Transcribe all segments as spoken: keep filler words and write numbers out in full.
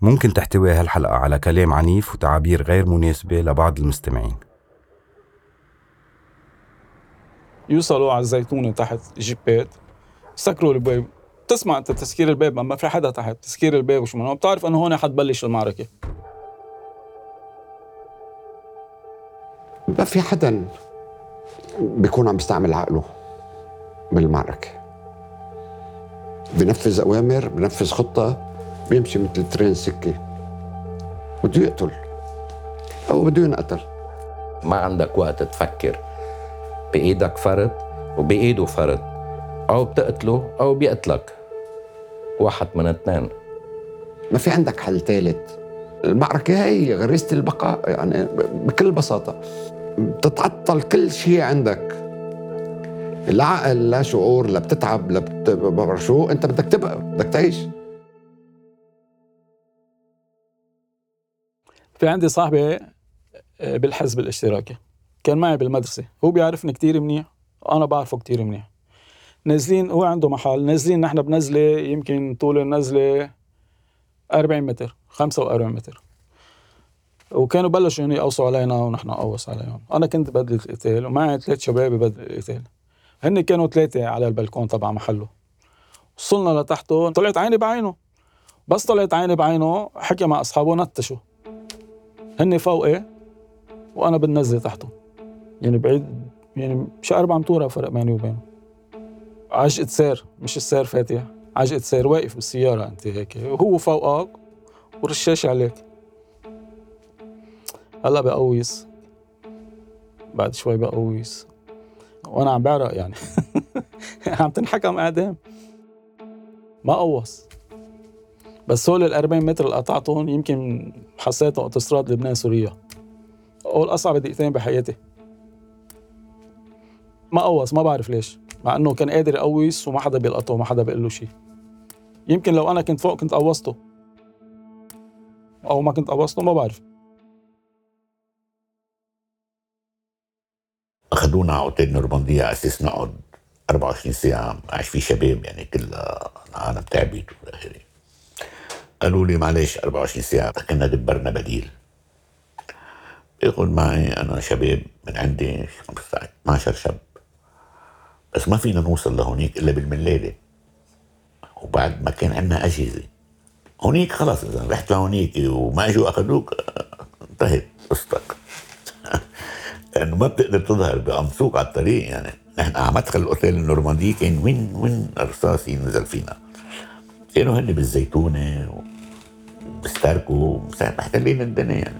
ممكن تحتوي هالحلقة على كلام عنيف وتعابير غير مناسبة لبعض المستمعين. يوصلوا على الزيتونة تحت جيبات، سكروا الباب، تسمع انت تسكير الباب، اما في حدا تحت تسكير الباب وشو منه، بتعرف انه هون حتبلش المعركة. ما في حدا بيكون عم بيستعمل عقله بالمعركة، بنفذ أوامر، بنفذ خطة، بيمشي مثل ترين سكة، بده يقتل أو بده ينقتل. ما عندك وقت تفكر، بإيدك فرد وبإيده فرد، أو بتقتله أو بيقتلك، واحد من اثنين. ما في عندك حل ثالث. المعركة هي غريزة البقاء، يعني بكل بساطة بتتعطل كل شيء عندك، لا عقل لا شعور لا بتتعب لا بت... شو انت بدك تبقى بدك تعيش. في عندي صاحبي بالحزب الاشتراكي كان معي بالمدرسة، هو بيعرفني كتير منيح وأنا بعرفه كتير منيح. نازلين، هو عنده محل، نازلين نحن بنزلة يمكن طول النزلة أربعين متر، خمسة وأربعين متر، وكانوا بلشوا يعني يقوصوا علينا ونحن نقوص عليهم. أنا كنت بدل القتال ومعي ثلاث شباب بدل القتال، هن كانوا ثلاثة على البلكون تبع محله. وصلنا لتحته، طلعت عيني بعينه، بس طلعت عيني بعينه حكي مع أصحابه نتشوا، هن فوقي وأنا بالنزلة تحته، يعني بعيد، يعني مش أربع متورة فرق بيني وبينه. عجقة سير، مش السير فاتح، عجقة سير، واقف بالسيارة أنت هيك وهو فوقك ورشاش عليك. هلا بقويس، بعد شوي بقويس وأنا عم بعرق يعني عم تنحكم إعدام. ما قوص، بس هول الأربعين متر اللي قطعتهم يمكن حسيته اوتوستراد لبنان سوريا، أول أصعب دقيقتين بحياتي. ما قوص، ما بعرف ليش، مع أنه كان قادر يقويس وما حدا بيلقطه وما حدا بيقول له شيء. يمكن لو أنا كنت فوق كنت قوصته، أو ما كنت قوصته، ما بعرف. أخذونا على أوتيل نورماندية على أساس نقعد أربعة وعشرين ساعة، عايش فيه شباب يعني كلها عالم تعبت والآخري. قالوا لي معلش أربعة وعشرين ساعة، كنا دبرنا بديل. يقول معي أنا شباب من عندي اثناشر شاب، بس ما فينا نوصل لهونيك إلا بالملالة، وبعد ما كان عندنا أجهزة هونيك خلاص إذا رحت لهونيك وما أجوا أخذوك انتهت قصتك لأنه ما بتقدر تظهر، بأمسوك على الطريق. يعني نحن على مدخل الأوتيل النورماندي كان وين وين رصاص ينزل فينا، كانوا هن بالزيتونة وبستاركو محتلين الدنيا. يعني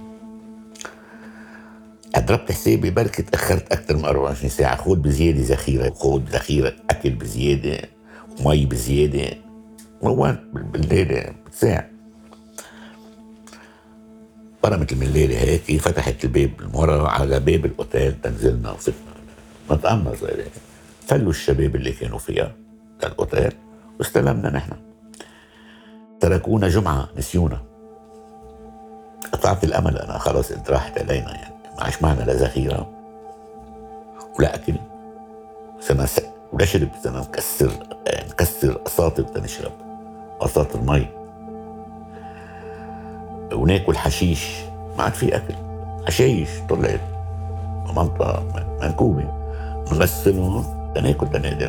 أضربت حسابي بركة تأخرت أكثر من أربعة وعشرين ساعة، خود بزيادة ذخيرة، خود ذخيرة أكل بزيادة ومي بزيادة، ووين بالليلة بتساع. برمت المليلة هيك، فتحت الباب المورا على باب الأوتيل، تنزلنا وفتنا مطعمنا صغيرة، فلوا الشباب اللي كانوا فيها للأوتيل واستلمنا. نحن تركونا جمعة، نسيونا. قطعت الأمل أنا، خلاص قلت راحت علينا، يعني ما عاش معنا لا ذخيرة ولا أكل، سنة س... ولا شرب، سنة نكسر نكسر أساطر تنشرب أساطر مي، وناكل حشيش، ما عاد في أكل، حشيش طلعت منطقة منكوبة، نغسلهم تناكل تنادر،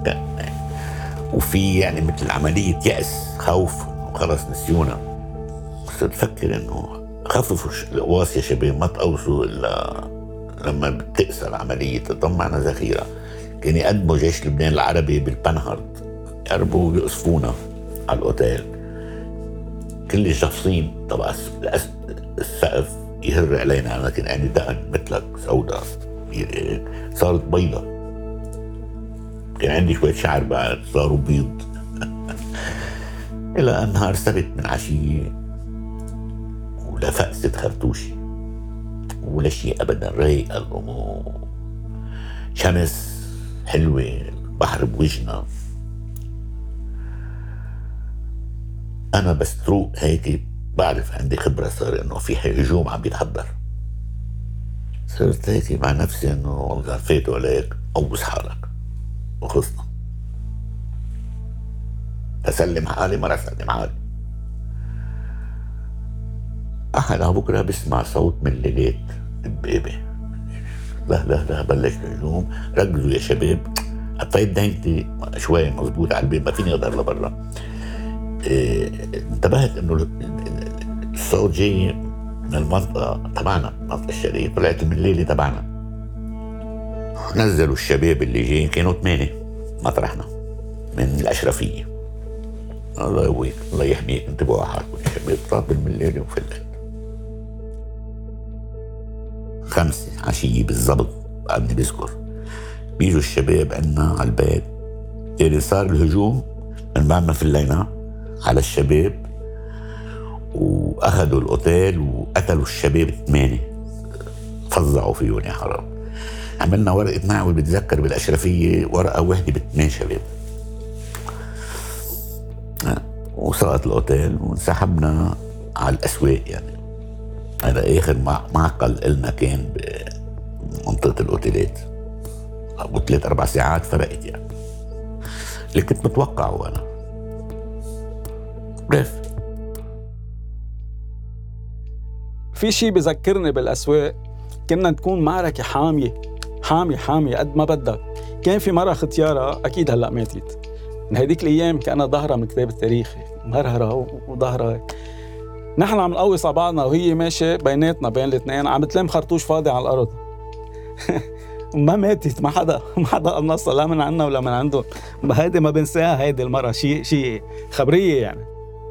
وفي يعني مثل عملية يأس، خوف خلص نسيونا. بس تفكر إنه خففوا القواس يا شباب، ما تقوسوا إلا لما بتقسى العملية. طمعنا ذخيرة، كان يقدموا جيش لبنان العربي بالبنهرد، يقربوا ويقصفونا على الأوتيل، كل الشخصين طبعا السقف يهر علينا. أنا كان عندي دقن مثلك سوداء صارت بيضة، كان عندي شوية شعر بعد صاروا بيض إلى أن نهار سبت من عشية ولا فأسة خرطوشي ولا شيء أبدا، رايقة الأمور، شمس حلوة، البحر بوجنا. أنا بس تروق هيك بعرف عندي خبرة، صار إنه في هجوم عم بيتحضر، صرت هيك مع نفسي إنه إذا فاتوا عليك قوس حالك وخلصنا. أسلم حالي، ما أسلم حالي. على بكره بسمع صوت من ليلات دبابه. ده ده ده بلش الهجوم. ركزوا يا شباب. حطيت دينتي شوي مظبوط على الباب، ما فيني اقدر لبرا. إيه انتبهت انه الصوت جاي من المنطقه تبعنا، المنطقه الشرقيه. طلعت من الليله تبعنا. نزلوا الشباب اللي جايين، كانوا ثمانيه مطرحنا من الاشرفيه. الله يقويك، الله يحميك، انتبهوا على حالكم يا شباب. طابل من الليله وفلت. خمسه عشيه بالضبط بعدني بذكر. بيجوا الشباب عنا على البيت. يعني صار الهجوم من بعد ما فلينا على الشباب، واخذوا الاوتيل وقتلوا الشباب الثمانيه. فظعوا فيهم يا حرام. عملنا ورقه معوي بتذكر بالاشرفيه، ورقه واحده بثمان شباب. وسقط الاوتيل وانسحبنا على الاسواق. يعني هذا اخر معقل النا كان بمنطقه الاوتيلات. ابو ثلاث اربع ساعات فرقت يعني. اللي كنت متوقعه انا. كيف؟ في شيء بذكرني بالاسواق، كنا تكون معركه حاميه حاميه حاميه قد ما بدك. كان في مره ختياره اكيد هلا ماتت من هديك الايام، كانها ظهرها من كتاب التاريخ، مهرهره وظهرها. نحن عم نقوص على بعضنا وهي ماشيه بيناتنا بين الاثنين، عم تلم خرطوش فاضي على الارض. ما ماتت، ما حدا ما حدا قنصها لا من عنا ولا من عندهم. هيدي ما بنساها، هيدي المره شيء شيء خبريه يعني.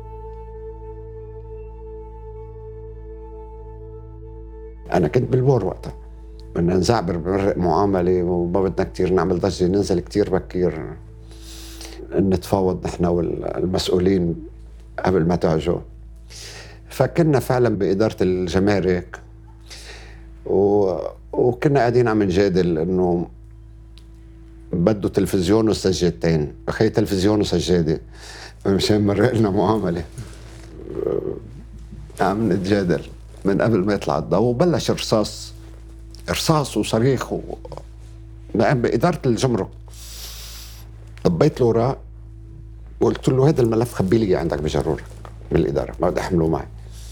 انا كنت بالبور وقتها، بدنا نزعبر بمرق معامله وما بدنا كتير نعمل ضجه، ننزل كتير بكير نتفاوض نحن والمسؤولين قبل ما تعجوا. فكنا فعلا بإدارة الجمارك و... وكنا قاعدين عم نجادل انه بده تلفزيون وسجادتين. اخي تلفزيون وسجاده مشان مرق لنا معامله. عم نتجادل من قبل ما يطلع الضوء، وبلش رصاص رصاص وصريخ و... بإدارة الجمرك. طبيت له وراء وقلت له هذا الملف خبي لي عندك بجرورك من الإدارة، ما بدي أحمله معي.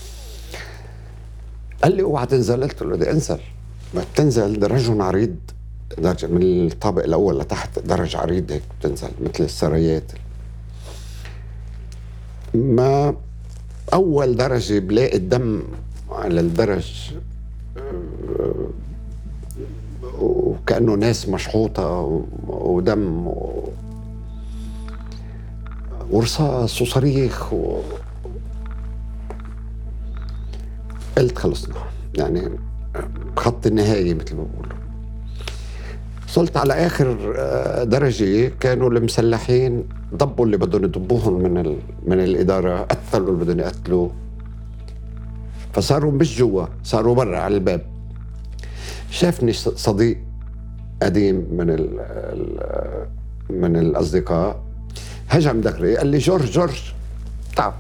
قال لي اوعى تنزل. قلت له بدي انزل. ما بتنزل درج عريض، درج من الطابق الأول لتحت، درج عريض هيك بتنزل مثل السرايات. ما أول درجة بلاقي الدم على الدرج، وكأنه ناس مشحوطة ودم و... ورصاص وصريخ و... قلت خلصنا يعني خط النهاية مثل ما بقولوا. وصلت على آخر درجة، كانوا المسلحين ضبوا اللي بدهم يضبوهم من ال... من الإدارة، قتلوا اللي بدهم يقتلوا. فصاروا مش جوا، صاروا برا على الباب. شافني صديق قديم من ال... من الأصدقاء، هجم دغري قال لي جورج جورج تعال.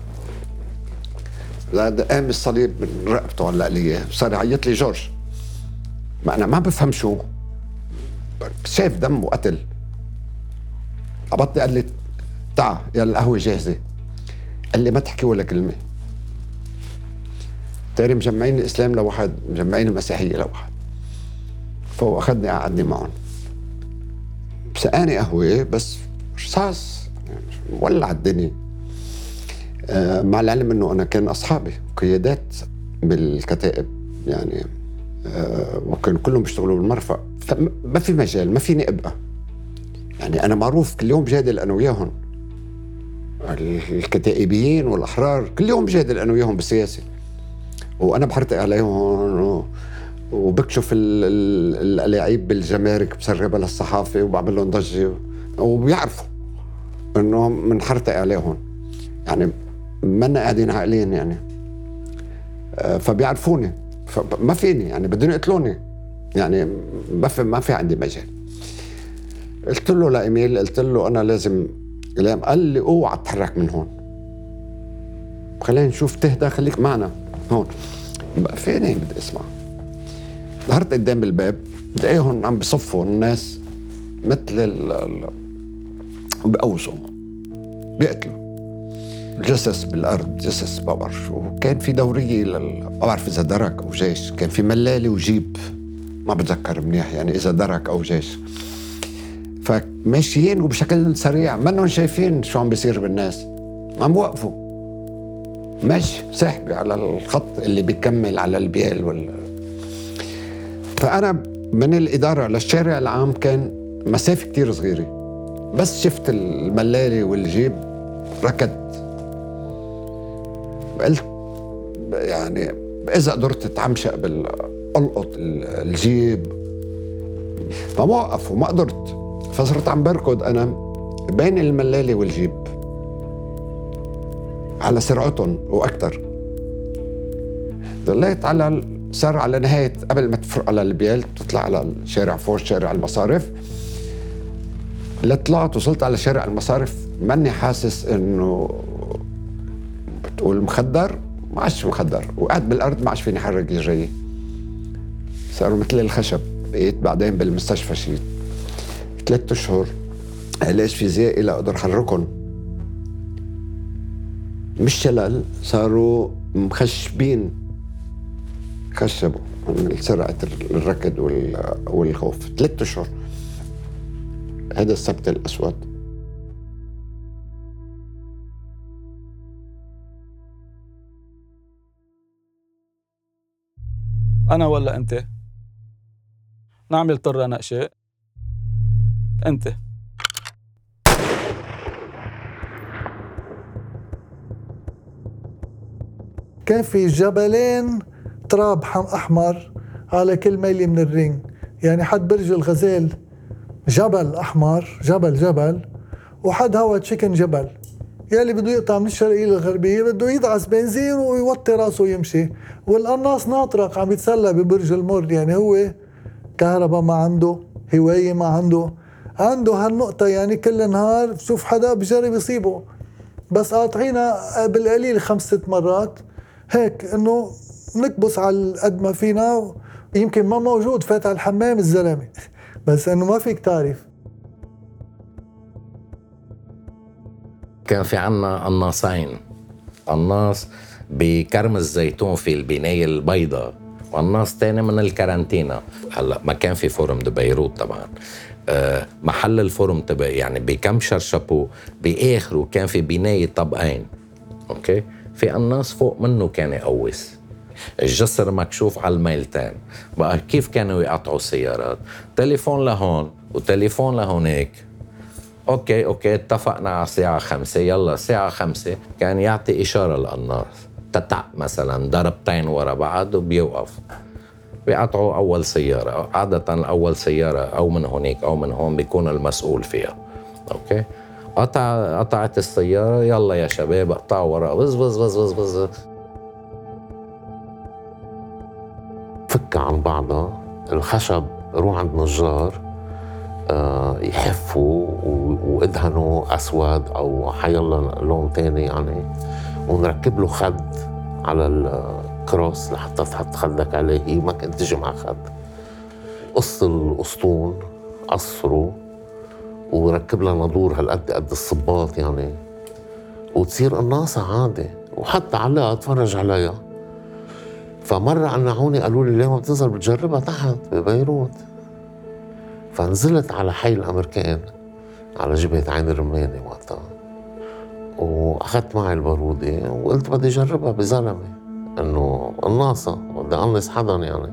قام الصليب من رقبته علق لي، صار يعيط لي جورج. ما انا ما بفهم شو، شايف دم وقتل. عبطني قال لي تعال يا القهوه جاهزه. قال لي ما تحكي ولا كلمه. تاني مجمعين الاسلام لوحد، مجمعين المسيحيه لوحد. فهو اخذني قعدني معهم، سقاني قهوه بس رصاص ولع الدنيا. آه مع العلم انه انا كان اصحابي قيادات بالكتائب يعني، آه وكانوا كلهم بيشتغلوا بالمرفأ، فما في مجال، ما فيني ابقى يعني. انا معروف كل يوم جادل انا وياهم، الكتائبيين والاحرار كل يوم جادل انا وياهم بالسياسه، وانا بحرتق عليهم وبكشف الألاعيب بالجمارك بسربها للصحافه وبعمل لهم ضجه، وبيعرفوا انه منحرتق عليهم يعني، منا قاعدين عاقلين يعني. آه فبيعرفوني، فما فيني يعني، بدهم يقتلوني يعني، ما في ما في عندي مجال. قلت له لإيميل، قلت له انا لازم. قال لي اوعى تتحرك من هون، خلينا نشوف تهدى، خليك معنا هون. بقى فيني بدي اسمع. ظهرت قدام الباب بلاقيهم عم بصفوا الناس مثل ال بقوصوا بيقتلوا. جثث بالارض، جثث ما بعرف شو. وكان في دوريه لل... ما بعرف اذا درك او جيش، كان في ملاله وجيب، ما بتذكر منيح يعني اذا درك او جيش. فماشيين وبشكل سريع، منهم شايفين شو عم بيصير بالناس، عم وقفوا ماشي سحبي على الخط اللي بيكمل على البيال وال... فانا من الاداره للشارع العام كان مسافه كتير صغيره، بس شفت الملاله والجيب ركضت، قلت يعني اذا قدرت اتعمشق بالقلقط الجيب، فما وقف وما قدرت. فصرت عم بركض انا بين الملاله والجيب على سرعتهم واكثر. ضليت على صار على نهايه قبل ما تفرق على البيال تطلع على الشارع فوق شارع المصارف. لطلعت وصلت على شارع المصارف ماني حاسس انه بتقول مخدر، ما عادش مخدر، وقعد بالارض ما عادش فيني احرك رجلي، صاروا مثل الخشب. بقيت بعدين بالمستشفى شي ثلاث اشهر علاج فيزيائي لاقدر احركهم، مش شلل، صاروا مخشبين، خشبوا من سرعه الركض والخوف. ثلاث اشهر هذا السبت الاسود. انا ولا انت نعمل طره نقشه؟ انت. كان في جبلين تراب احمر على كل ميل من الرينج، يعني حد برج الغزال جبل احمر، جبل جبل، وحد هوا تشيكن جبل. يلي بده يقطع من الشرقيه للغربيه بده يدعس بنزين ويوطي راسه ويمشي، والقناص ناطرق عم يتسلى ببرج المر. يعني هو كهرباء ما عنده، هوايه ما عنده، عنده هالنقطه يعني كل نهار بشوف حدا بجرب يصيبه، بس قاطعينا بالقليل خمس ست مرات هيك انه نكبس على قد ما فينا. يمكن ما موجود فات على الحمام الزلمه بس انه ما فيك تعرف. كان في عنا قناصين، قناص بكرم الزيتون في البناية البيضاء، وقناص تاني من الكارانتينا. هلا ما كان في فورم دو بيروت طبعا، أه محل الفورم تبع يعني بكم شرشبو باخره كان في بناية طبقين، اوكي، في قناص فوق منه كان يقوس، الجسر مكشوف على الميلتين. بقى كيف كانوا يقطعوا السيارات؟ تليفون لهون وتليفون لهونيك. اوكي اوكي اتفقنا على الساعة خمسة، يلا الساعة خمسة كان يعطي إشارة القناص تتع مثلا ضربتين ورا بعض وبيوقف، بيقطعوا أول سيارة. عادة أول سيارة أو من هونيك أو من هون بيكون المسؤول فيها. اوكي قطع قطعت السيارة، يلا يا شباب اقطعوا ورا، بز بز بز بز بز فك عن بعضها الخشب، روح عند نجار آه يحفوا وادهنوا اسود او حيلا لون تاني يعني، ونركب له خد على الكروس لحتى تحط خدك عليه. هي ما كنت تجي مع خد، قص الاسطول قصره وركب لها نادور هالقد قد الصباط يعني، وتصير قناصة عادي. وحتى علقها اتفرج عليها. فمرة قنعوني قالوا لي ليه ما بتنزل بتجربها تحت ببيروت؟ فنزلت على حي الأمريكان على جبهة عين الرماني وقتها، وأخذت معي البارودة وقلت بدي أجربها بزلمة، إنه قناصة بدي أقنص حدا يعني.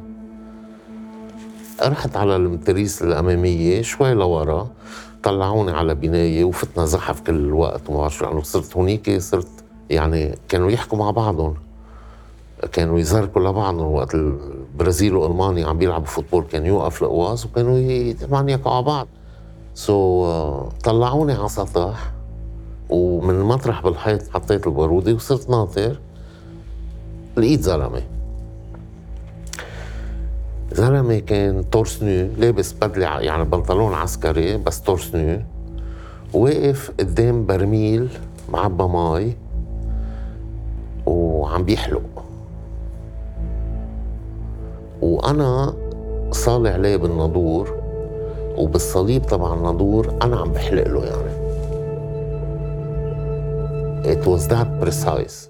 رحت على المتريس الأمامية شوي لورا، طلعوني على بناية وفتنا زحف كل الوقت وما بعرف شو، لأنه صرت هونيك صرت يعني كانوا يحكوا مع بعضهم، كانوا يزركوا لبعضهم. وقت البرازيل والمانيا عم بيلعبوا فوتبول كان يوقف القواص وكانوا يتمعنيكوا على بعض. سو so, طلعوني على سطح، ومن مطرح بالحيط حطيت البارودة وصرت ناطر. لقيت زلمة زلمة كان تورسنو، لابس بدلة يعني بنطلون عسكري بس تورسنو، واقف قدام برميل معبى مي وعم بيحلق، وأنا صالع عليه بالنادور وبالصليب تبع النادور أنا عم بحلق له يعني. it was that precise.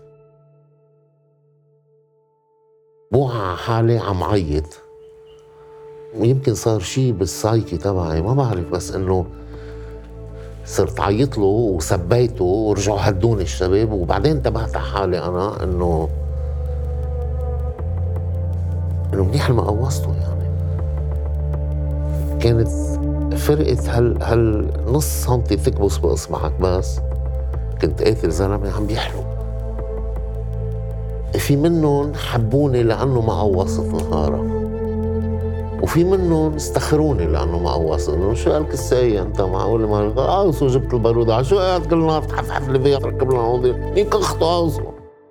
بوقع على حالي عم عيط، ويمكن صار شيء بالسايكي تبعي ما بعرف، بس انه صرت عيط له وسبيته ورجعوا هدوني الشباب. وبعدين انتبهت على حالي انا انه انه منيح ما قوصته. يعني كانت فرقت هال هال نص سنتي تكبس باصبعك، بس كنت قاتل زلمه عم بيحلو. في منهم حبوني لانه ما قوصت نهارا، وفي منهم استخروني لانه ما قوصت. انه شو قالك السايق انت معقول ما قوصوا؟ جبت البارود على شو قاعد كل نهار تحفحف لي فيها تركب لنا عوضي؟ مين كخطوا قوصوا؟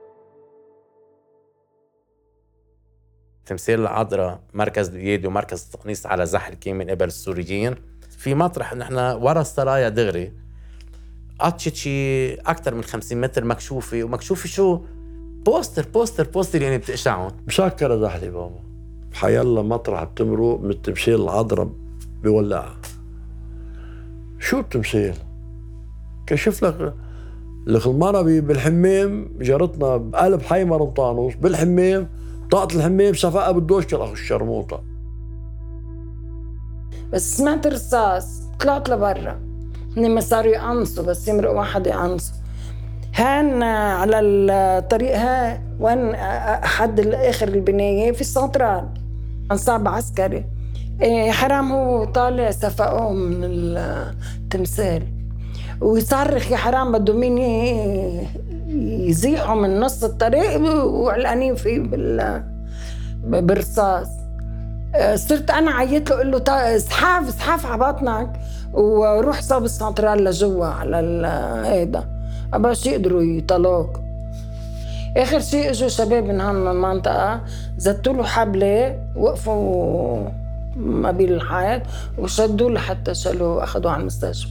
تمثال العذراء مركز اليد ومركز التقنيص على زحلكي من قبل السوريين. في مطرح نحن ورا السرايا دغري قطشت شي اكثر من خمسين متر مكشوفه، ومكشوفه شو؟ بوستر بوستر بوستر يعني بتقشعهم. مسكرة زحلي بابا، حيالله مطرح بتمرق من تمثال العذراء بولعها. شو التمثال؟ كشف لك الخلمانة بالحمام، جارتنا بقلب حي مرنطانوس بالحمام، طاقة الحمام صفقة بالدوش كالأخ الشرموطة. بس سمعت رصاص طلعت لبرا، هني ما صاروا يقنصوا بس يمرق واحد يقنصوا. هان على الطريق ها وين حد اخر البنايه في السنترال انصاب عسكري. إيه حرام هو طالع صفقوه من التمثال ويصرخ يا حرام بده مين يزيحوا من نص الطريق وعلقانين فيه بال بالرصاص. صرت انا عيط له قل له اسحاف اسحاف على بطنك وروح صاب السنترال لجوا على هيدا أباش يقدروا يطلعوك. آخر شيء إجوا شباب من هالمنطقة زتوا له حبلة وقفوا ما بين الحيط وشدوا لحتى شالوه أخذوه على المستشفى.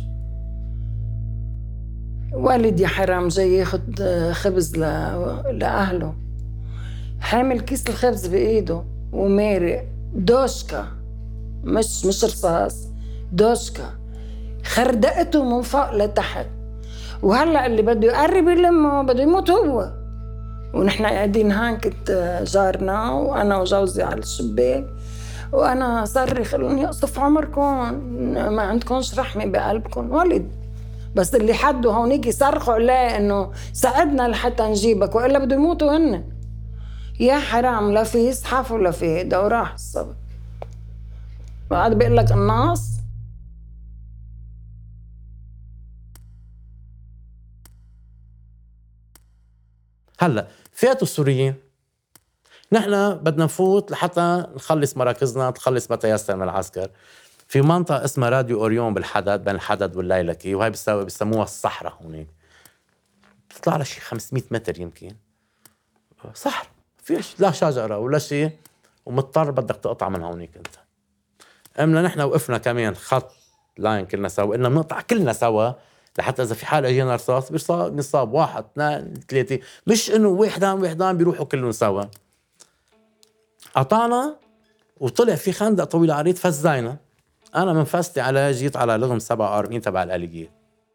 والد يا حرام جاي ياخد خبز لأهله، حامل كيس الخبز بإيده ومارق دوشكا، مش مش رصاص، دوشكا خردقته من فوق لتحت. وهلا اللي بده يقرب يلمه بده يموت هو. ونحن قاعدين هان كنت جارنا وانا وجوزي على الشباك وانا صرخ لهم يقصف عمركم، ما عندكمش رحمه بقلبكم. ولد بس اللي حدوا هونيك يصرخوا عليه انه ساعدنا لحتى نجيبك والا بده يموتوا هن. يا حرام لا في يزحف ولا في هيدا وراح الصبر. وقعد بيقول لك الناس هلا فاتوا السوريين، نحن بدنا نفوت لحتى نخلص مراكزنا، تخلص ما تيسر من العسكر في منطقة اسمها راديو أوريون بالحدد بين الحدد والليلكي، وهي بيسموها الصحراء. هونيك بتطلع لها شي خمسمية متر يمكن صحراء، فيش لا شجرة ولا شيء، ومضطر بدك تقطع من هونيك انت. امنا نحن وقفنا كمان خط لاين كلنا سوا، إننا بنقطع كلنا سوا لحتى إذا في حال أجينا رصاص بيصاب نصاب واحد اثنين ثلاثة، مش إنه وحدان وحدان بيروحوا كلهم سوا. قطعنا وطلع في خندق طويل عريض فزينا. أنا من فستي على جيت على لغم سبعة وأربعين تبع الآليجية.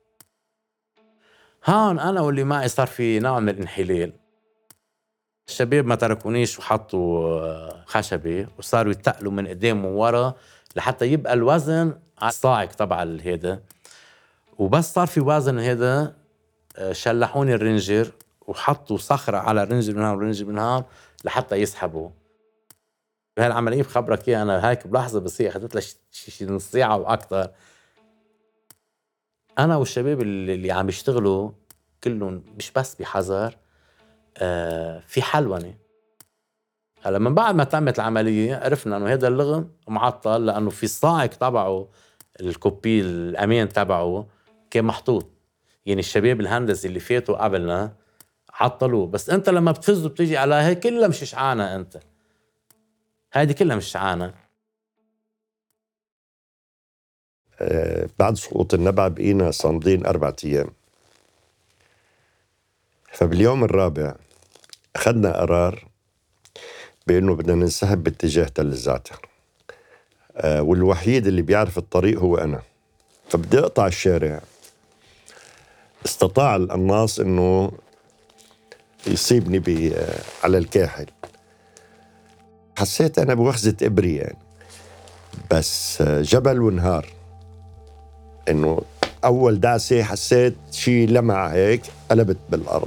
هان أنا واللي معي صار في نوع من الانحلال. الشباب ما تركونيش وحطوا خشبة وصاروا يتقلوا من قدام وورا لحتى يبقى الوزن على الصاعق تبع الهيدا. وبس صار في وزن هذا شلحوني الرنجر وحطوا صخرة على الرنجر من هون والرنجر من هون لحتى يسحبوا. بهالعملية بخبرك إياها أنا هيك بلحظة بس هي أخذت لها شي نص ساعة وأكثر. أنا والشباب اللي عم يشتغلوا كلهم مش بس بحذر، آه في حلوانة. هلا من بعد ما تمت العملية عرفنا إنه هذا اللغم معطل لأنه في الصاعق تبعه الكوبي الأمان تبعه كان محطوط. يعني الشباب الهندسي اللي فاتوا قبلنا عطلوه، بس أنت لما بتفز وبتيجي على هي كلها مش شعانة. أنت هذه كلها مش شعانة. آه بعد سقوط النبع بقينا صامدين أربعة أيام. فباليوم الرابع أخذنا قرار بأنه بدنا ننسحب باتجاه تل الزعتر، آه والوحيد اللي بيعرف الطريق هو أنا. فبدي أقطع الشارع، استطاع القناص انه يصيبني ب على الكاحل. حسيت انا بوخزة ابري يعني، بس جبل ونهار. انه اول دعسة حسيت شي لمع هيك، قلبت بالارض.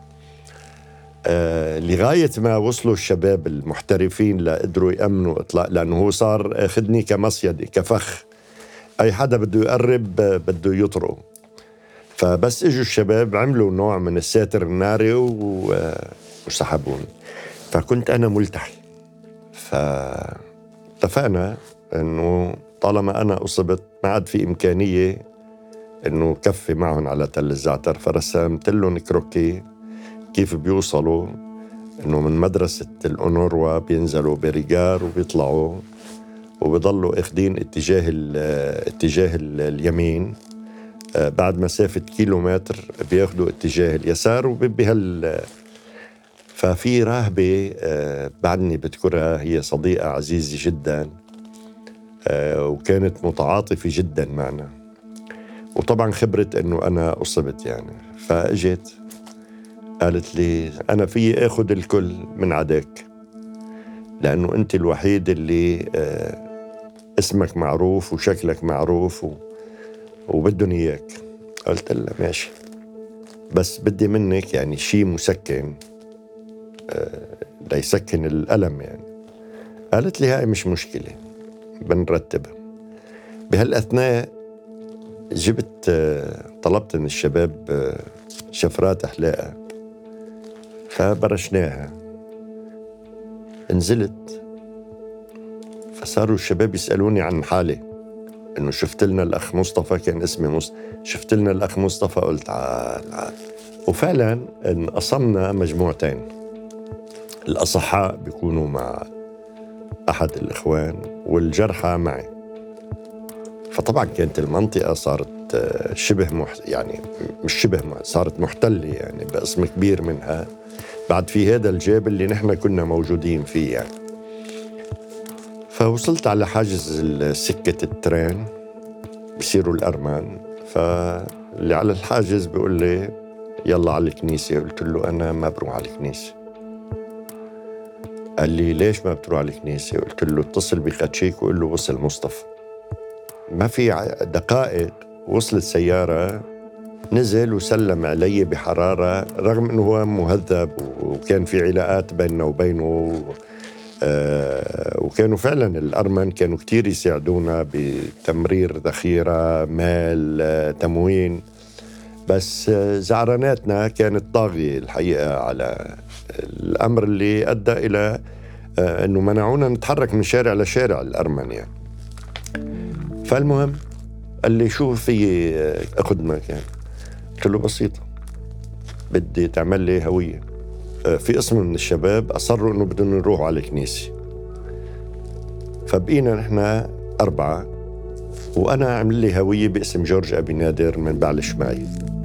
آه لغاية ما وصلوا الشباب المحترفين لقدروا يأمنوا إطلاق، لأنه هو صار أخذني كمصيدة كفخ، أي حدا بده يقرب بده يطرقه. فبس إجوا الشباب عملوا نوع من الساتر الناري وسحبوني. فكنت أنا ملتحي. فاتفقنا إنه طالما أنا أصبت ما عاد في إمكانية إنه كفي معهم على تل الزعتر. فرسمت لهم كروكي كيف بيوصلوا، إنه من مدرسة الأونروا بينزلوا بريجار وبيطلعوا وبيضلوا اخدين اتجاه ال اتجاه ال اليمين. بعد مسافة كيلومتر بياخدوا اتجاه اليسار وبهال. ففي راهبة بعدني بذكرها، هي صديقة عزيزة جدا وكانت متعاطفة جدا معنا، وطبعا خبرت إنه أنا أصبت يعني. فأجت قالت لي أنا في أخذ الكل من عداك، لأنه أنت الوحيد اللي اسمك معروف وشكلك معروف و... وبدهم إياك. قلت لها ماشي، بس بدي منك يعني شيء مسكن ليسكن الألم يعني. قالت لي هاي مش مشكلة، بنرتبها. بهالأثناء جبت طلبت من الشباب شفرات أحلاقة، فبرشناها. نزلت، فصاروا الشباب يسألوني عن حالي، إنه شفت لنا الأخ مصطفى، كان اسمي مصطفى، شفت لنا الأخ مصطفى. قلت عال عال. وفعلا انقسمنا مجموعتين، الأصحاء بيكونوا مع أحد الإخوان والجرحى معي. فطبعا كانت المنطقة صارت شبه مح... يعني مش شبه مح... صارت محتلة يعني بقسم كبير منها، بعد في هذا الجبل اللي نحن كنا موجودين فيه يعني. فوصلت على حاجز سكة الترين بصيروا الأرمان، فاللي على الحاجز بيقول لي يلا على الكنيسة. قلت له أنا ما بروح على الكنيسة. قال لي ليش ما بتروح على الكنيسة؟ قلت له اتصل بخدشيك وقل له وصل مصطفى. ما في دقائق وصلت سيارة، نزل وسلم علي بحرارة، رغم أنه هو مهذب وكان في علاقات بيننا وبينه. آه وكانوا فعلا الأرمن كانوا كتير يساعدونا بتمرير ذخيرة، مال، آه تموين. بس آه زعراناتنا كانت طاغية الحقيقة على الأمر اللي أدى إلى آه أنه منعونا نتحرك من شارع لشارع الأرمن يعني. فالمهم قال لي شو في أخدمك يعني؟ قلت له بسيطة، بدي تعمل لي هوية. في قسم من الشباب أصروا إنه بدنا نروح على الكنيسة، فبقينا نحن أربعة، وأنا عمل لي هوية باسم جورج أبي نادر من بعل شماي.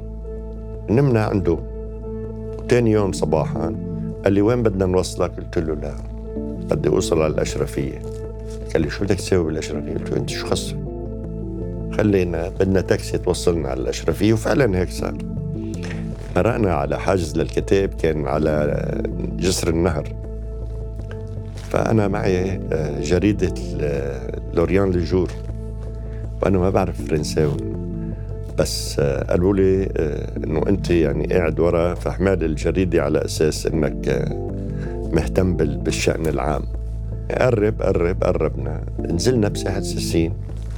نمنا عنده، وتاني يوم صباحا قال لي وين بدنا نوصلك؟ قلت له لا، بدي أوصل على الأشرفية. قال لي شو بدك تسوي بالأشرفية؟ قلت له أنت شو خصك؟ خلينا بدنا تاكسي توصلنا على الأشرفية، وفعلا هيك صار. مرقنا على حاجز للكتاب كان على جسر النهر، فأنا معي جريدة لوريان لجور، وأنا ما بعرف فرنساوي، بس قالوا لي إنه أنت يعني قاعد ورا، فحمال الجريدة على أساس إنك مهتم بالشأن العام. قرب قرب قربنا، نزلنا بساحة ساسين،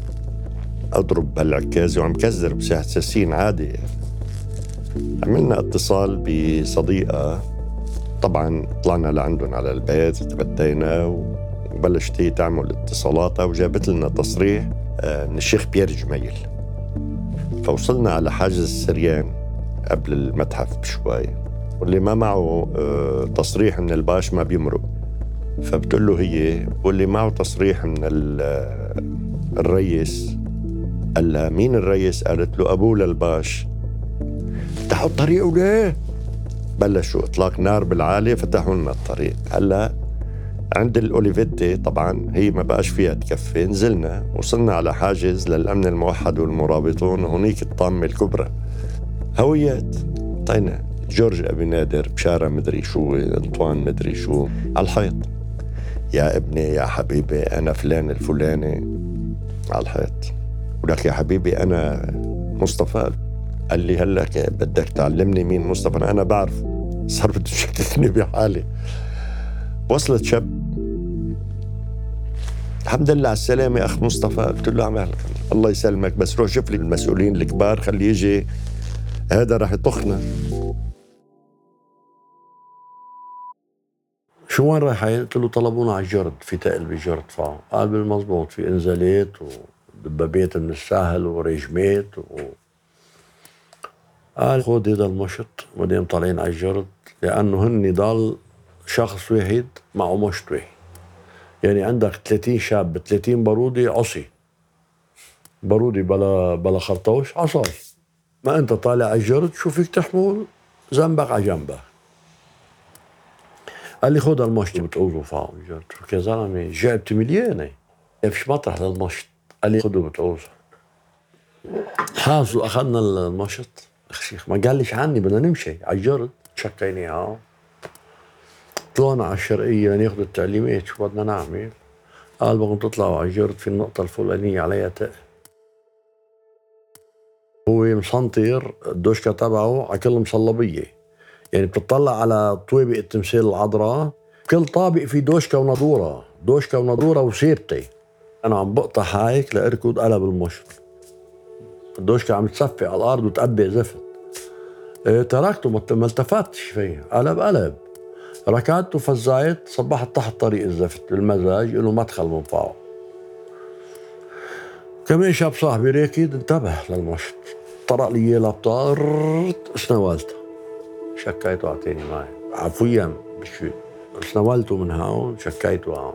أضرب بالعكازي وعم كزر بساحة ساسين عادي. عملنا اتصال بصديقة، طبعا طلعنا لعندهم على البيت، تغدينا وبلشت هي تعمل اتصالاتها، وجابت لنا تصريح من الشيخ بيير جميل. فوصلنا على حاجز السريان قبل المتحف بشوي، واللي ما معه تصريح من الباش ما بيمرق. فبتقول له هي، واللي معه تصريح من الرئيس. قال لها مين الرئيس؟ قالت له أبوه للباش. فتحوا الطريق وليه؟ بلشوا إطلاق نار بالعالية، فتحوا لنا الطريق. هلا عند الأوليفيتي طبعا هي ما بقاش فيها تكفي، نزلنا وصلنا على حاجز للأمن الموحد والمرابطون، هونيك الطامة الكبرى. هويات. طينا جورج أبي نادر بشارة مدري شو، أنطوان مدري شو، على الحيط. يا ابني يا حبيبي أنا فلان الفلاني، على الحيط. ولك يا حبيبي أنا مصطفى. قال لي هلا بدك تعلمني مين مصطفى؟ أنا بعرف. صار بده يشتتني بحالي. وصلت شاب، الحمد لله على السلامة أخ مصطفى. قلت له عمال الله يسلمك، بس روح شوف لي المسؤولين الكبار خلي يجي، هذا راح يطخنا. شو وين رايحين؟ قلت له طلبونا على الجرد، في تقل بالجرد. فاهم؟ قال بالمضبوط، في انزالات ودبابات من الساحل وريجمات و... قال خذ هذا المشط بعدين طالعين على الجرد، لانه هن ضل شخص واحد معه مشط واحد. يعني عندك ثلاثين شاب ب ثلاثين بارودي، عصي بارودي بلا بلا خرطوش، عصاي. ما انت طالع على الجرد شو فيك تحمل ذنبك على جنبك. قال لي خذ المشط بتقوزه فوق الجرد. قلت له يا زلمه جعبتي مليانه، فيش مطرح للمشط. قال لي خذه بتقوزه. حاصل اخذنا المشط. شيخ ما قاليش عني، بدنا نمشي على الجرد. شكيني ها، طلعنا على الشرقيه ناخذ التعليمات شو بدنا نعمل. قال بدكم تطلعوا على الجرد في النقطه الفلانيه عليها تقل. هو مسنطر الدوشكا تبعه على كل مصلبيه، يعني بتطلع على طوابق التمثال العذراء، كل طابق في دوشكا ونضوره، دوشكا ونضوره وثابته. انا عم بقطع هيك لاركض قلب المشط. الدوشكا عم تصفي على الارض وتقبع زفت. اه تركته ما التفتش فيه، قلب قلب. ركضت وفزعت، صبحت تحت طريق الزفت بالمزاج، له مدخل من فوق. كمان شاب صاحبي راكد انتبه للمشط، طرق لي اياه لابطار، سنولته. شكيته اعطيني معي عفويا بشوي، سنولته من هون، شكيته هون.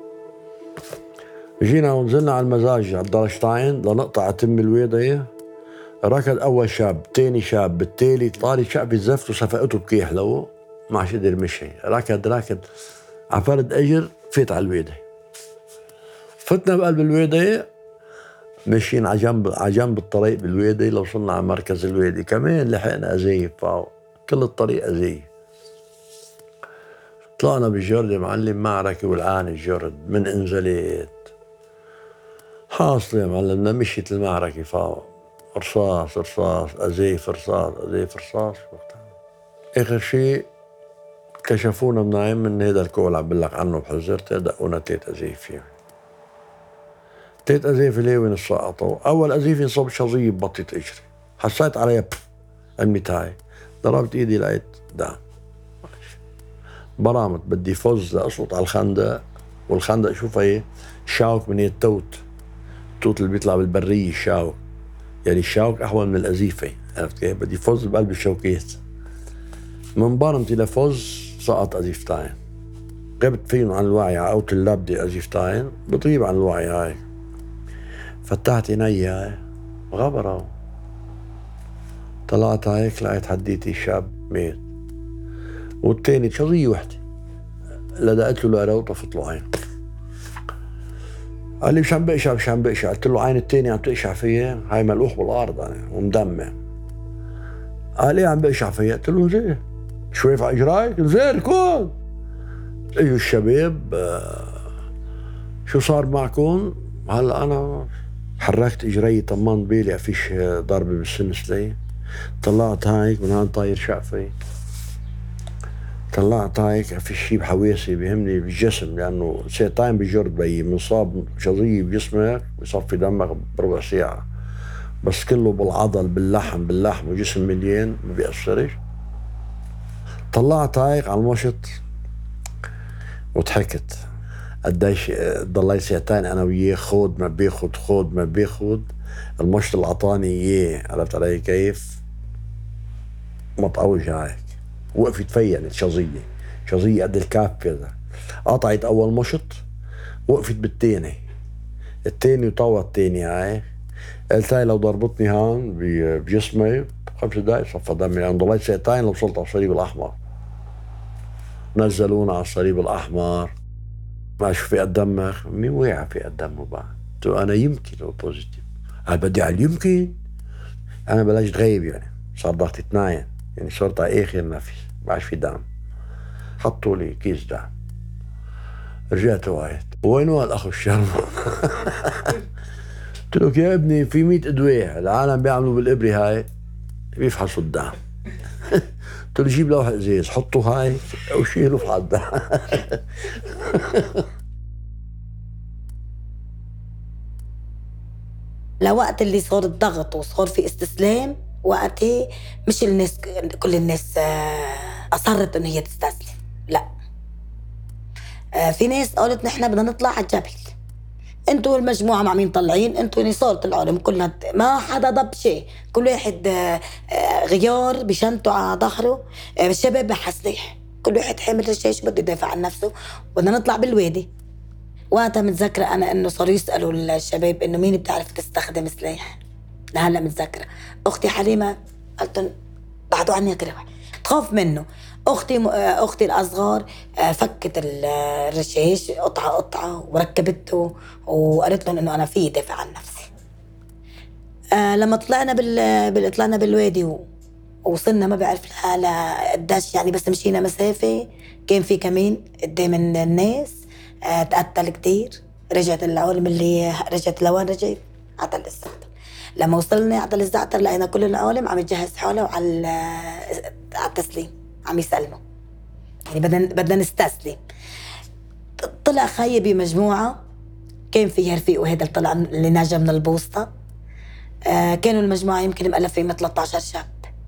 جينا ونزلنا على المزاج على الدرجتين لنقطع تم الوادية. ركض اول شاب، ثاني شاب، بالتالي طالي شقفة زفت وصفقته بكيح له، ما عادش قدر مشي. ركض ركض على فرد اجر، فات على الوادية. فتنا بقلب الوادية، ماشيين على جنب على جنب الطريق بالوادي. لو وصلنا على مركز الوادي كمان لحقنا أزايب فوق، كل الطريق أزايب. طلعنا بالجرد يا معلم، معركة والعان الجرد من انزالات. حاصل يا معلمنا، مشيت المعركة فوق، رصاص رصاص أزايف رصاص أزايف رصاص. آخر شيء كشفونا منعم من هذا الكول عم بقول لك عنه بحذرته، دقونا تلات أزايف يعني. تلات أزايف اللي وين سقطوا. أول أزايف انصاب شظية ببطيت أجري، حسيت عليها قلمت هاي، ضربت إيدي لقيت دم. برامت بدي فوز لأسقط على الخندق، والخندق شوف هي شاوك من التوت، التوت اللي بيطلع بالبرية الشاوك، يعني الشاوك أحول من الأزيفة، عرفت كيف؟ بدي فوز بقلب الشوكيات. من برمتي لفوز سقط أزيفتين، غبت فيهم عن الوعي، عقوت اللبدة أزيفتين بطيب عن الوعي هاي. فتحت عيني هاي غبرة، طلعت هيك لقيت حديتي شاب مات، والتاني شظية وحدة لدقت له القرا وطفت له عين. قال لي مش عم بقشع مش عم بقشع. قلت له عين التاني عم تقشع فيا، هاي ملوح بالارض انا ومدمع. قال لي عم بقشع فيا. قلت له زين شوي على اجرايك زين كون. ايوا الشباب آه شو صار معكم؟ هلا انا حركت اجري، طمنت بالي فيش ضربه بالسنسله. طلعت هيك من هون طاير شقفي، طلعت هيك في شيء بحواسي بيهمني بالجسم، لانه ساعتين بالجرد بي منصاب شظيه بجسمك بيصفي دمك بربع ساعه، بس كله بالعضل باللحم باللحم وجسم مليان ما بيأثرش. طلعت هيك على المشط وضحكت قديش ضليت ساعتين انا وياه، خود ما بياخد خود ما بياخد. المشط اللي اعطاني اياه عرفت علي كيف؟ مطقوج هيك وقفت تفينت شظيه شظيه قد الكاف كذا. قطعت اول مشط وقفت بالتاني، التاني وطوى التاني هاي. قلت هاي لو ضربتني هون بجسمي خمس دقايق صفى دمي، لأن ضليت ساعتين لو وصلت على الصليب الأحمر. نزلونا على الصليب الأحمر، ما شو في قد دمك؟ مين وقع في قد دمه بعد؟ قلت له أنا يمكن لو بوزيتيف. قال بدي على يمكن. أنا بلشت غيب يعني صار ضغطي اثنين، يعني صرت على اخر نفس، بعد في دم. حطوا لي كيس دم، رجعت وعيت، وين هو الاخ الشرم؟ قلت له يا ابني في مئة ادويه العالم بيعملوا بالابره هاي بيفحصوا الدم. قلت له جيب لوحه ازاز حطوا هاي وشيلوا في الدم. لوقت اللي صار الضغط وصار في استسلام، وقتي مش الناس كل الناس اصرت انه هي تستسلم، لا. في ناس قالت نحن بدنا نطلع على الجبل، انتوا المجموعه عاملين طالعين، انتوا نصارة العالم كلها ما حدا ضب شيء، كل واحد غيار بشنطه على ظهره، الشباب بحسلاح، كل واحد حامل رشاش بده يدافع عن نفسه، بدنا نطلع بالوادي. وقتها متذكره انا انه صاروا يسالوا الشباب انه مين بتعرف تستخدم سلاح. لهلا متذكره اختي حليمه قالت بعدوا عني كروح، تخاف منه. اختي اختي الاصغر فكت الرشاش قطعه قطعه وركبته وقالت لهم انه انا في دافع عن نفسي. آه لما طلعنا بال طلعنا بالوادي ووصلنا ما بعرف لها قديش يعني، بس مشينا مسافه، كان في كمين قدام الناس، آه تقتل كتير. رجعت العالم اللي رجعت لوين رجعت؟ عطل الزعتر. لما وصلنا عطل الزعتر لقينا كل العالم عم يجهز حاله على على التسليم، عم يسلموا، يعني بدنا بدنا نستسلم. طلع خيي بمجموعه كان فيها رفيق، وهذا طلع اللي نجا من البوسطه. آه كانوا المجموعه يمكن مؤلفين من ثلاثة عشر شاب.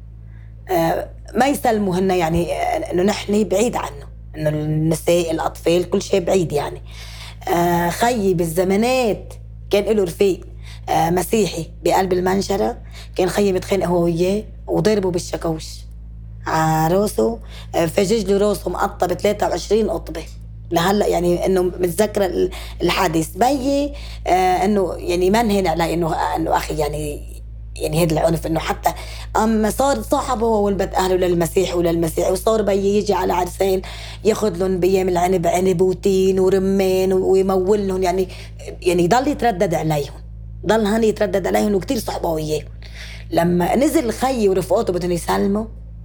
آه ما يسلموا هن، يعني آه انه نحن بعيد عنه، انه النساء الاطفال كل شيء بعيد يعني. آه خيي بالزمانات كان له رفيق آه مسيحي بقلب المنشره، كان خيي متخانق هو وياه وضربه بالشاكوش على راسه، فجج له راسه مقطع ب ثلاثة وعشرين قطبه. لهلا يعني انه متذكره الحادث بيي، آه انه يعني منهن علي انه انه اخي يعني يعني هذا العنف، انه حتى اما صار صاحبه والبت اهله للمسيح وللمسيح، وصار بيي يجي على عرسان ياخذ لهم بايام العنب عنب وتين ورمان ويمول لهم، يعني يعني يضل يتردد عليهم، ضل هاني يتردد عليهم، وكتير صحبه وياه. لما نزل خيي ورفقاته بدهم يسلموا،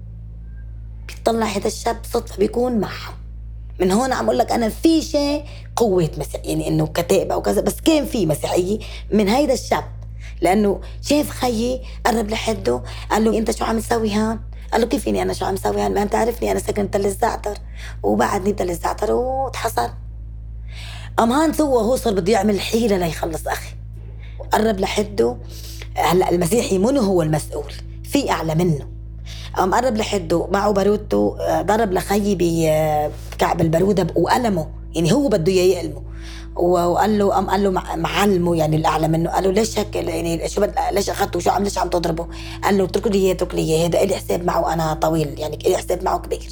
بيطلع هذا الشاب صدفه بيكون معهم. من هون عم اقول لك انا في شيء قوه مسيح، يعني انه كتائب او كذا، بس كان في مسيحيه من هيدا الشاب، لانه شاف خيي قرب لحده قال له انت شو عم تسوي هون؟ قال له كيف اني انا شو عم سوي هون؟ ما انت عارفني انا ساكن بتل الزعتر وبعدني بتل الزعتر وتحصل. قام هان سوى هو صار بده يعمل حيله ليخلص اخي، قرب لحده. هلا المسيحي منو هو المسؤول؟ في اعلى منه. قام قرب لحده معه باروته، ضرب لخيي بكعب الباروده وقلمه، يعني هو بده اياه يقلمه، وقال له قام قال له معلمه يعني الاعلى منه، قال له ليش هيك يعني شو ليش اخذته شو عم ليش عم تضربه؟ قال له اتركوا لي اياه اتركوا لي اياه، هذا لي حساب معه انا طويل، يعني لي حساب معه كبير.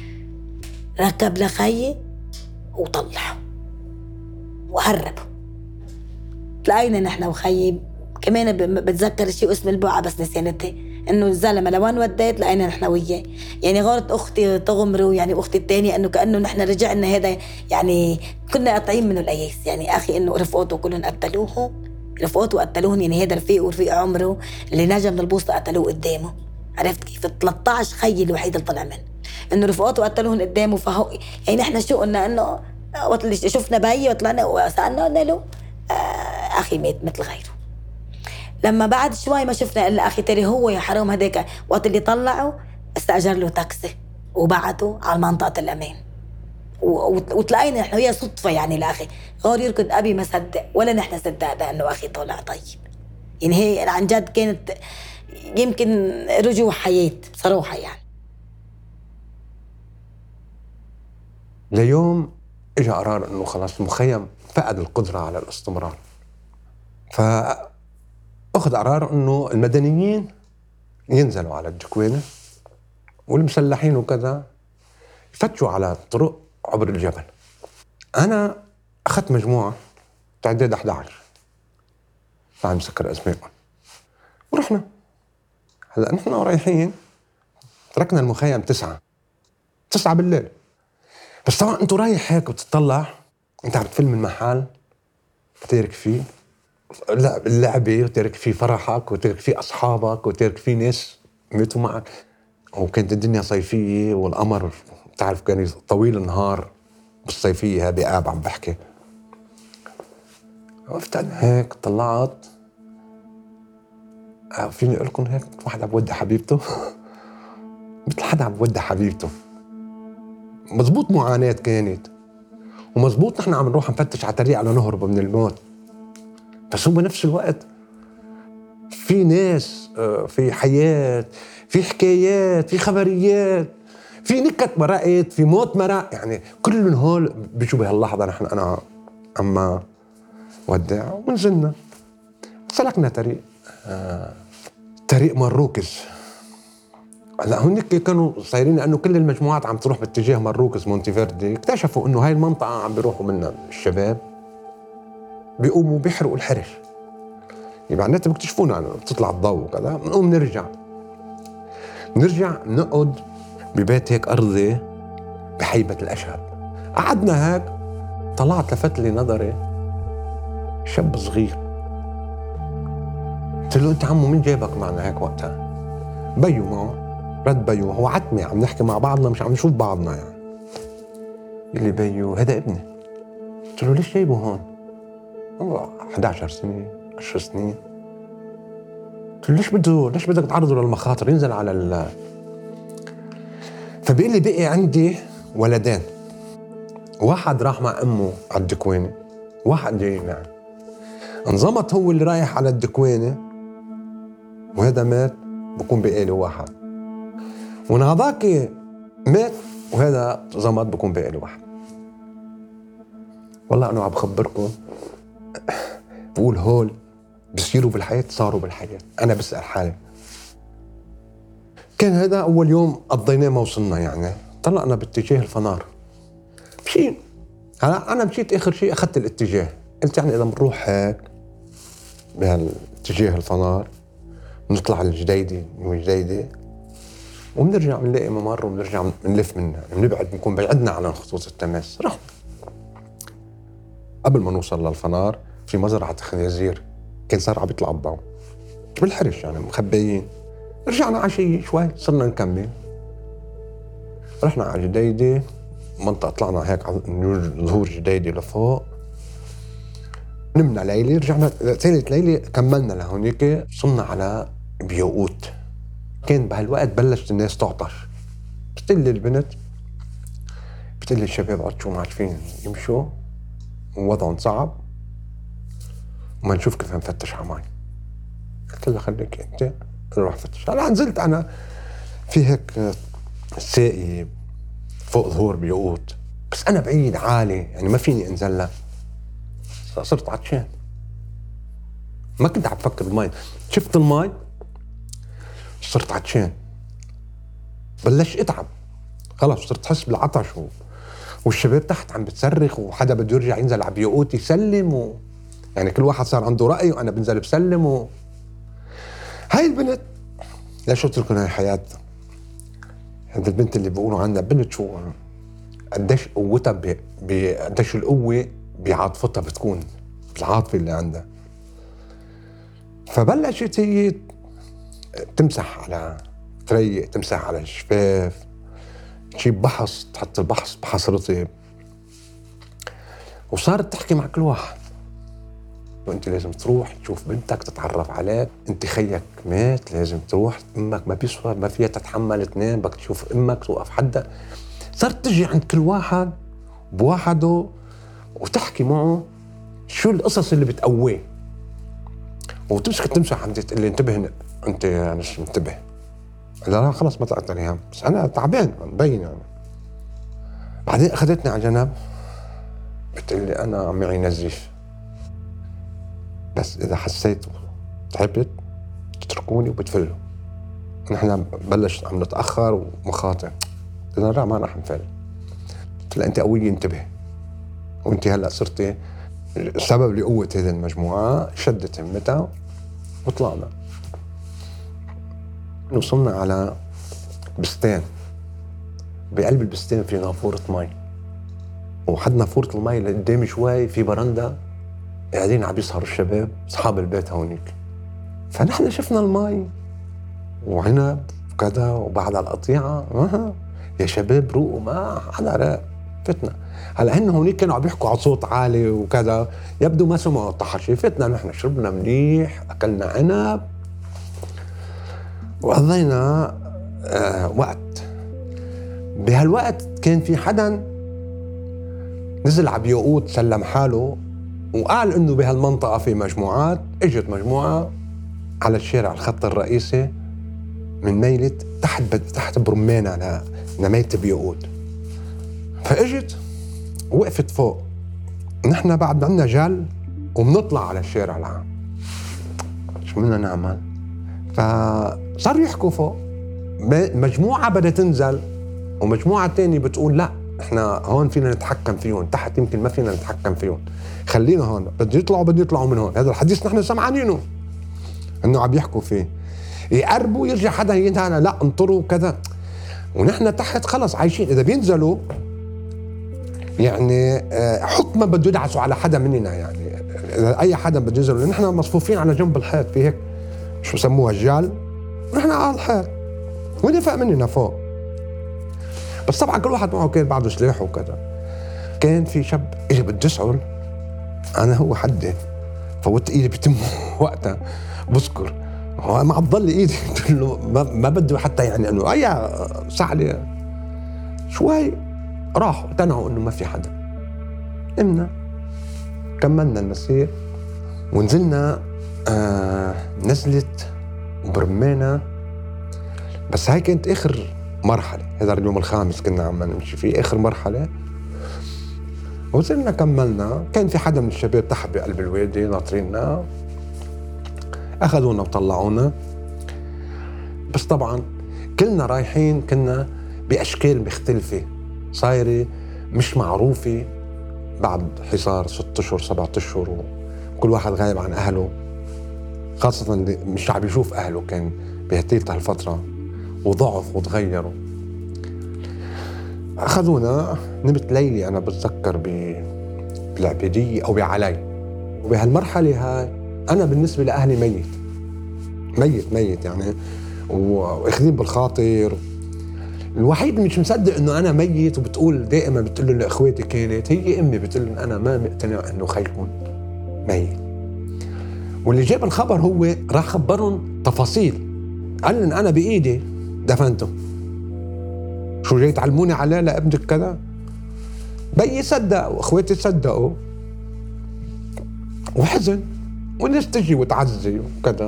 ركب لخيي وطلعه وهربه. تلاقينا نحن وخيي كمان بتذكر شيء اسم البوعه بس نسيانتي، انه الزلمه لوين وديت لقينا نحن وياه. يعني غارت اختي تغمرو يعني اختي الثانيه انه كانه نحن رجعنا، هذا يعني كنا قاطعين منه الاياس، يعني اخي انه رفقاته كلهم قتلوه، رفقاته قتلوهم، يعني هذا رفيق ورفيق عمره اللي نجا من البوسطه قتلوه قدامه. عرفت كيف؟ ثلاثة عشر خيي الوحيد اللي طلع منه انه رفقاته قتلوهم قدامه. فهو يعني نحن شو قلنا؟ انه وقت اللي شفنا بيي وطلعنا وسالنا قلنا له آه اخي مات مثل غيره. لما بعد شوي ما شفنا الا اخي تري هو يا حرام هداك وقت اللي طلعوا استاجر له تاكسي وبعته على منطقه الامان، وتلاقينا نحن وياه صدفه يعني الاخي غار يركض ابي ما صدق ولا نحن صدقنا انه اخي طالع طيب. يعني هي عن جد كانت يمكن رجوع حياه صراحه. يعني ليوم اجى قرار انه خلاص المخيم فقد القدره على الاستمرار، ف أخذ قرار إنه المدنيين ينزلوا على الجكوينة والمسلحين وكذا يفتشوا على الطرق عبر الجبل. أنا أخذت مجموعة تعداد أحد عشر، لا مسكر أسمائهم، ورحنا. هلا نحن رايحين تركنا المخيم تسعة تسعة بالليل، بس طبعا أنتوا رايح هيك وتطلع أنت عم تفل من محل بتترك فيه لا اللعبة، وترك فيه فرحك، وترك فيه أصحابك، وترك فيه ناس ماتوا معك. وكانت الدنيا صيفية والقمر بتعرف كان طويل النهار بالصيفية هذه. آب عم بحكي وقفت أنا هيك طلعت فيني أقول لكم هيك واحد عم بودع حبيبته مثل حدا عم بودع حبيبته. مزبوط معاناة كانت ومزبوط نحن عم نروح نفتش على طريق على نهرب من الموت، بس هو بنفس الوقت في ناس، في حياة، في حكايات، في خبريات، في نكت مرقت، في موت مرق، يعني كل من هول بيجوا بهاللحظة نحن أنا عم ودع. ونزلنا سلكنا طريق آه طريق مروكز. هلا هناك كانوا صايرين لأنه كل المجموعات عم تروح باتجاه مروكز مونتيفيردي، اكتشفوا إنه هاي المنطقة عم بيروحوا منها الشباب بيقوموا بيحرقوا الحرش. يعني معناتها بيكتشفونا بتطلع الضوء وكذا. بنقوم نرجع نرجع نقعد ببيت هيك أرضي بحيبة الأشهب. قعدنا هيك، طلعت لفت لي نظري شاب صغير. قلت له أنت عمو مين جايبك معنا هيك وقتها؟ بيو معه. رد بيو، هو عتمي عم نحكي مع بعضنا مش عم نشوف بعضنا يعني. قال لي بيو هذا ابني. قلت له ليش جايبه هون؟ هو إحدى عشرة سنة عشر سنين. قلت له ليش بده ليش بدك تعرضه للمخاطر؟ ينزل على ال فبيقول لي بقي عندي ولدين، واحد راح مع امه على الدكوانه، واحد جاي معي. انظمت هو اللي رايح على الدكوانه وهذا مات بكون بقي له واحد، ونهضاك مات وهذا زمط بكون بقي له واحد. والله انا عم بخبركم بقول هول بصيروا بالحياة صاروا بالحياة. أنا بسأل حالي. كان هذا أول يوم قضيناه ما وصلنا، يعني طلعنا باتجاه الفنار. مشينا. هلا أنا مشيت آخر شيء أخذت الاتجاه، قلت يعني إذا بنروح هيك بهالاتجاه الفنار بنطلع على الجديدة من الجديدة وبنرجع بنلاقي ممر وبنرجع بنلف منها، يعني بنبعد بنكون بعدنا عن خطوط التماس. رحنا قبل ما نوصل للفنار في مزرعة خنازير كان صار عم يطلع الضوء بالحرش يعني مخبيين. رجعنا عشية شوي صرنا نكمل. رحنا على جديدة منطقة، طلعنا هيك على ظهور جديدة لفوق. نمنا ليلة، رجعنا ثالث ليلة كملنا لهونيك. وصلنا على بيوقوت. كان بهالوقت بلشت الناس تعطش. بتقلي البنت بتقلي الشباب عطشوا ما عارفين يمشوا ووضعهم صعب وما نشوف كيف نفتش على مي. قلت له خليك انت نروح فتش. هلا نزلت انا في هيك ساقي فوق ظهور بيوقوت، بس انا بعيد عالي يعني ما فيني انزل لها. صرت عطشان، ما كنت عم بفكر بالمي. شفت المي صرت عطشان، بلش اتعب خلاص. صرت حس بالعطش و... والشباب تحت عم بتصرخ وحدا بده يرجع ينزل على بيوقوت يسلم و... يعني كل واحد صار عنده رأي وأنا بنزل بسلم و... هاي البنت ليش قلت لكم هاي حياتها. هذه البنت اللي بيقولوا عنها بنت شو قديش قوتها ب... ب... قديش القوة بعاطفتها بتكون العاطفة اللي عندها. فبلشت هي تمسح على تريق، تمسح على الشفاف، تجيب بحص تحط البحص بحص رطب، وصارت تحكي مع كل واحد. وانت لازم تروح تشوف بنتك تتعرف عليك، انت خيك مات لازم تروح، امك ما بيسوى ما فيها تتحمل اثنين، بدك تشوف امك توقف حدها. صارت تجي عند كل واحد بوحده وتحكي معه شو القصص اللي بتقويه، وتمسك تمسح عندي تقول لي انتبه انت مش منتبه. لا لا خلص ما طلعت لي هم، بس انا تعبان مبين يعني. بعدين اخذتني على جنب بتقول لي انا معي نزيف، بس اذا حسيت تعبت تتركوني وبتفلوا. نحن بلش عم نتاخر ومخاطر. قلت لها لا ما رح نفل. قلت لها انت قويه انتبه، وانت هلا صرتي سبب لقوه هذه المجموعه. شدت همتها وطلعنا. وصلنا على بستان، بقلب البستان في نافورة مي، وحد نافورة المي اللي قدامي شوي في برندة قاعدين عم يسهروا الشباب اصحاب البيت هونيك. فنحن شفنا المي وعنب وكذا وبعد القطيعة آه. يا شباب روقوا ما حدا راق فتنا. هلا هن هونيك كانوا عم يحكوا على صوت عالي وكذا يبدو ما سمعوا الطحشة. فتنا نحن شربنا منيح أكلنا عنب وقضينا آه وقت. بهالوقت كان في حدا نزل على بيوقوت سلم حاله وقال انه بهالمنطقة في مجموعات. اجت مجموعة على الشارع الخط الرئيسي من ميلة تحت تحت برمانة لميلة بيوقوت. فاجت وقفت فوق. نحن بعد عنا جل وبنطلع على الشارع العام. شو بدنا نعمل؟ فصار يحكوا فوق. مجموعة بدها تنزل ومجموعة تانية بتقول لا احنا هون فينا نتحكم فيهم، تحت يمكن ما فينا نتحكم فيهم، خلينا هون. بده يطلعوا بده يطلعوا من هون. هذا الحديث نحن سمعانينه انه عم يحكوا فيه. يقربوا يرجع حدا ينهانا لا انطروا كذا ونحن تحت خلص عايشين. اذا بينزلوا يعني حكما بده يدعسوا على حدا مننا. يعني اذا اي حدا بده ينزلوا نحن مصفوفين على جنب الحيط في هيك شو بسموها الجال ونحن على الحيط ودفع مننا فوق. بس طبعا كل واحد معه كان بعده سلاح وكذا. كان في شاب اجى بده يسأل انا هو حدي فوت ايدي بتمه وقتها بذكر هو ما عضل لي ايدي قلت له ما, ما بده حتى يعني انه اي سعلي شوي. راحوا اقتنعوا انه ما في حدا. قمنا كملنا المسير ونزلنا آه نزلت برمانة. بس هاي كانت اخر مرحلة. هذا اليوم الخامس كنا عم نمشي فيه اخر مرحلة. وصلنا كملنا. كان في حدا من الشباب تحت بقلب الوادي ناطريننا. اخذونا وطلعونا. بس طبعا كلنا رايحين كنا باشكال مختلفة صايرة مش معروفة بعد حصار ست اشهر سبعة اشهر وكل واحد غايب عن اهله. خاصة اللي مش عم يشوف اهله كان بهتيلت هالفترة وضعف وتغيروا. أخذونا. نمت ليلي أنا بتذكر بالعبيدية أو بعلي. وبهالمرحلة هاي أنا بالنسبة لأهلي ميت ميت ميت يعني وأخذين بالخاطر. الوحيد مش مصدق إنه أنا ميت وبتقول دائما بتقول له لإخواتي كانت هي أمي بتقول لهم أنا ما مقتنع إنه خيكم ميت. واللي جاب الخبر هو راح خبرهم تفاصيل. قال لهم أنا بإيدي دفنته. شو جاي تعلموني عليه لابنك كذا؟ بيي صدق واخواتي صدقوا وحزن والناس تجي وتعزي وكذا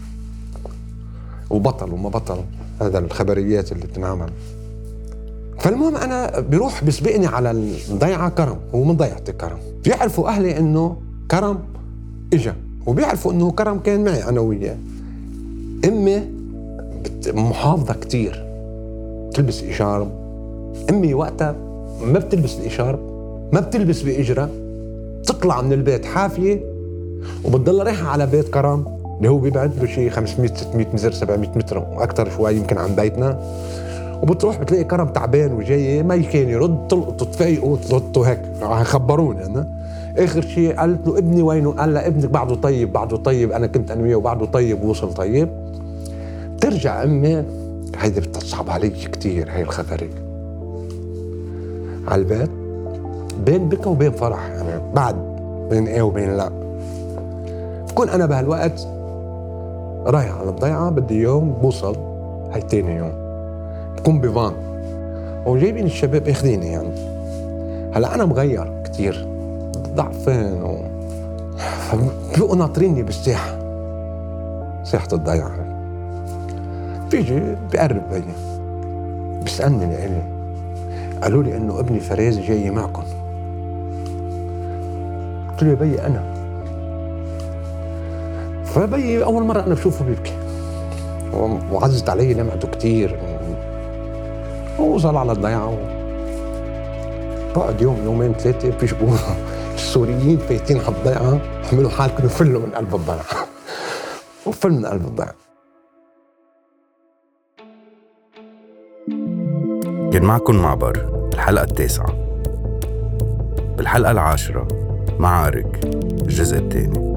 وبطل وما بطل. هذا الخبريات اللي بتنعمل. فالمهم انا بروح بيسبقني على الضيعه كرم. هو من ضيعتي كرم. بيعرفوا اهلي انه كرم اجا وبيعرفوا انه كرم كان معي انا وياه. امي محافظه كتير تلبس إشارب. أمي وقتها ما بتلبس الإشارب ما بتلبس بإجرة. تطلع من البيت حافية وبتضل رايحة على بيت كرم اللي هو بيبعد بشي خمسمية ستمية متر سبعمية متر وأكتر شوي يمكن عن بيتنا. وبتروح بتلاقي كرم تعبان وجاي ما كان يرد تلقطه تفيقه تلقطه هيك خبروني أنا. آخر شيء قالت له ابني وينه؟ قال لا ابنك بعده طيب بعده طيب أنا كنت أنا وياه وبعده طيب ووصل طيب. ترجع أمي هيدي بتصعب علي كتير هاي الخبرية على البيت بين بكى وبين فرح يعني بعد بين ايه وبين لا. بكون انا بهالوقت رايح على الضيعة بدي يوم بوصل هاي تاني يوم بكون بفان وجايبين الشباب اخذيني يعني. هلا انا مغير كتير ضعفان و... فبقوا ناطريني بالساحة ساحة الضيعة. بيجي بقرب بيي بيسألني لإلي قالوا لي إنه ابني فراز جاي معكم. قلت له يا بيي أنا. فبيي أول مرة أنا بشوفه بيبكي وعزت علي لمعته كتير. ووصل على الضيعة و... بعد يوم يومين ثلاثة بيشبوا السوريين فايتين على الضيعة عملوا حال كانوا فلوا من قلب الضيعة وفل من قلب الضيعة. كان معكم معبر الحلقة التاسعة. بالحلقة العاشرة معارك الجزء الثاني.